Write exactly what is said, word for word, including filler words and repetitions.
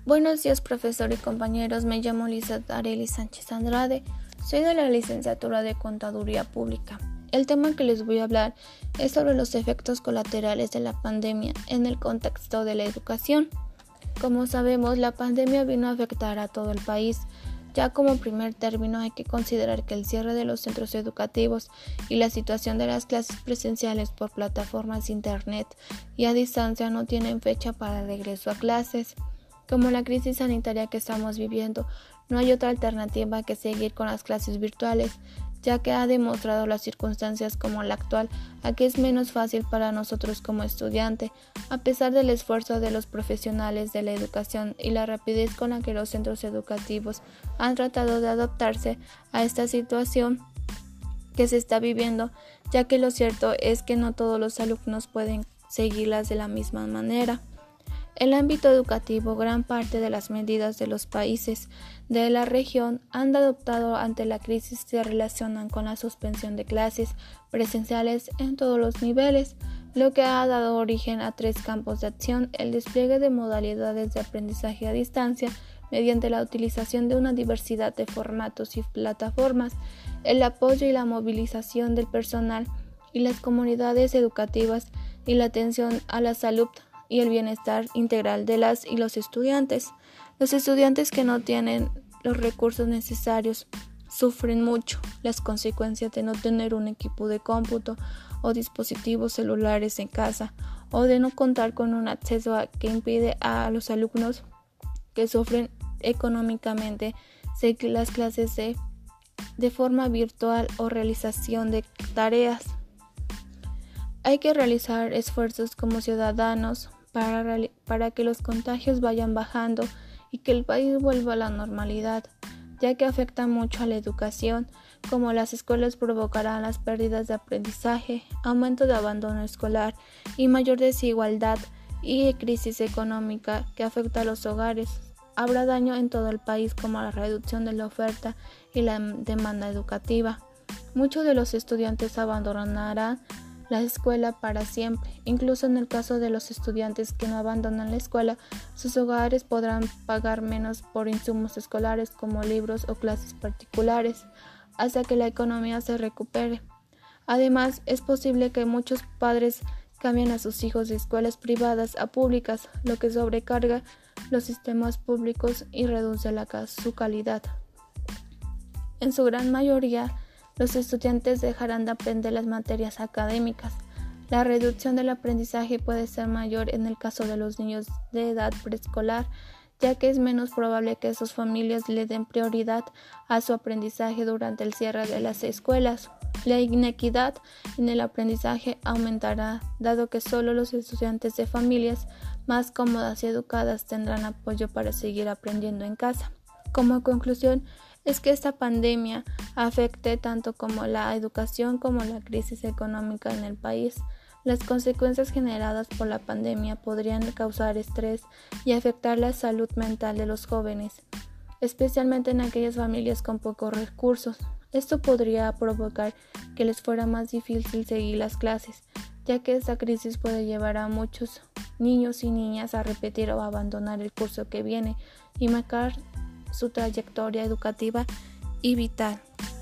Buenos días, profesor y compañeros. Me llamo Lizeth Arely Sánchez Andrade. Soy de la licenciatura de Contaduría Pública. El tema que les voy a hablar es sobre los efectos colaterales de la pandemia en el contexto de la educación. Como sabemos, la pandemia vino a afectar a todo el país. Ya como primer término hay que considerar que el cierre de los centros educativos y la situación de las clases presenciales por plataformas de internet y a distancia no tienen fecha para regreso a clases. Como la crisis sanitaria que estamos viviendo, no hay otra alternativa que seguir con las clases virtuales, ya que ha demostrado las circunstancias como la actual a que es menos fácil para nosotros como estudiante, a pesar del esfuerzo de los profesionales de la educación y la rapidez con la que los centros educativos han tratado de adaptarse a esta situación que se está viviendo, ya que lo cierto es que no todos los alumnos pueden seguirlas de la misma manera. En el ámbito educativo, gran parte de las medidas de los países de la región han adoptado ante la crisis se relacionan con la suspensión de clases presenciales en todos los niveles, lo que ha dado origen a tres campos de acción: el despliegue de modalidades de aprendizaje a distancia mediante la utilización de una diversidad de formatos y plataformas, el apoyo y la movilización del personal y las comunidades educativas y la atención a la salud y el bienestar integral de las y los estudiantes. Los estudiantes que no tienen los recursos necesarios sufren mucho las consecuencias de no tener un equipo de cómputo o dispositivos celulares en casa, o de no contar con un acceso a, que impide a los alumnos que sufren económicamente seguir las clases de, de forma virtual o realización de tareas. Hay que realizar esfuerzos como ciudadanos para, para que los contagios vayan bajando y que el país vuelva a la normalidad, ya que afecta mucho a la educación, como las escuelas provocarán las pérdidas de aprendizaje, aumento de abandono escolar y mayor desigualdad y crisis económica que afecta a los hogares. Habrá daño en todo el país, como la reducción de la oferta y la demanda educativa. Muchos de los estudiantes abandonarán la escuela para siempre. Incluso en el caso de los estudiantes que no abandonan la escuela, sus hogares podrán pagar menos por insumos escolares como libros o clases particulares, hasta que la economía se recupere. Además, es posible que muchos padres cambien a sus hijos de escuelas privadas a públicas, lo que sobrecarga los sistemas públicos y reduce la, su calidad. En su gran mayoría, los estudiantes dejarán de aprender las materias académicas. La reducción del aprendizaje puede ser mayor en el caso de los niños de edad preescolar, ya que es menos probable que sus familias le den prioridad a su aprendizaje durante el cierre de las escuelas. La inequidad en el aprendizaje aumentará, dado que solo los estudiantes de familias más cómodas y educadas tendrán apoyo para seguir aprendiendo en casa. Como conclusión, es que esta pandemia afecte tanto como la educación como la crisis económica en el país. Las consecuencias generadas por la pandemia podrían causar estrés y afectar la salud mental de los jóvenes, especialmente en aquellas familias con pocos recursos. Esto podría provocar que les fuera más difícil seguir las clases, ya que esta crisis puede llevar a muchos niños y niñas a repetir o abandonar el curso que viene y marcar su trayectoria educativa y vital.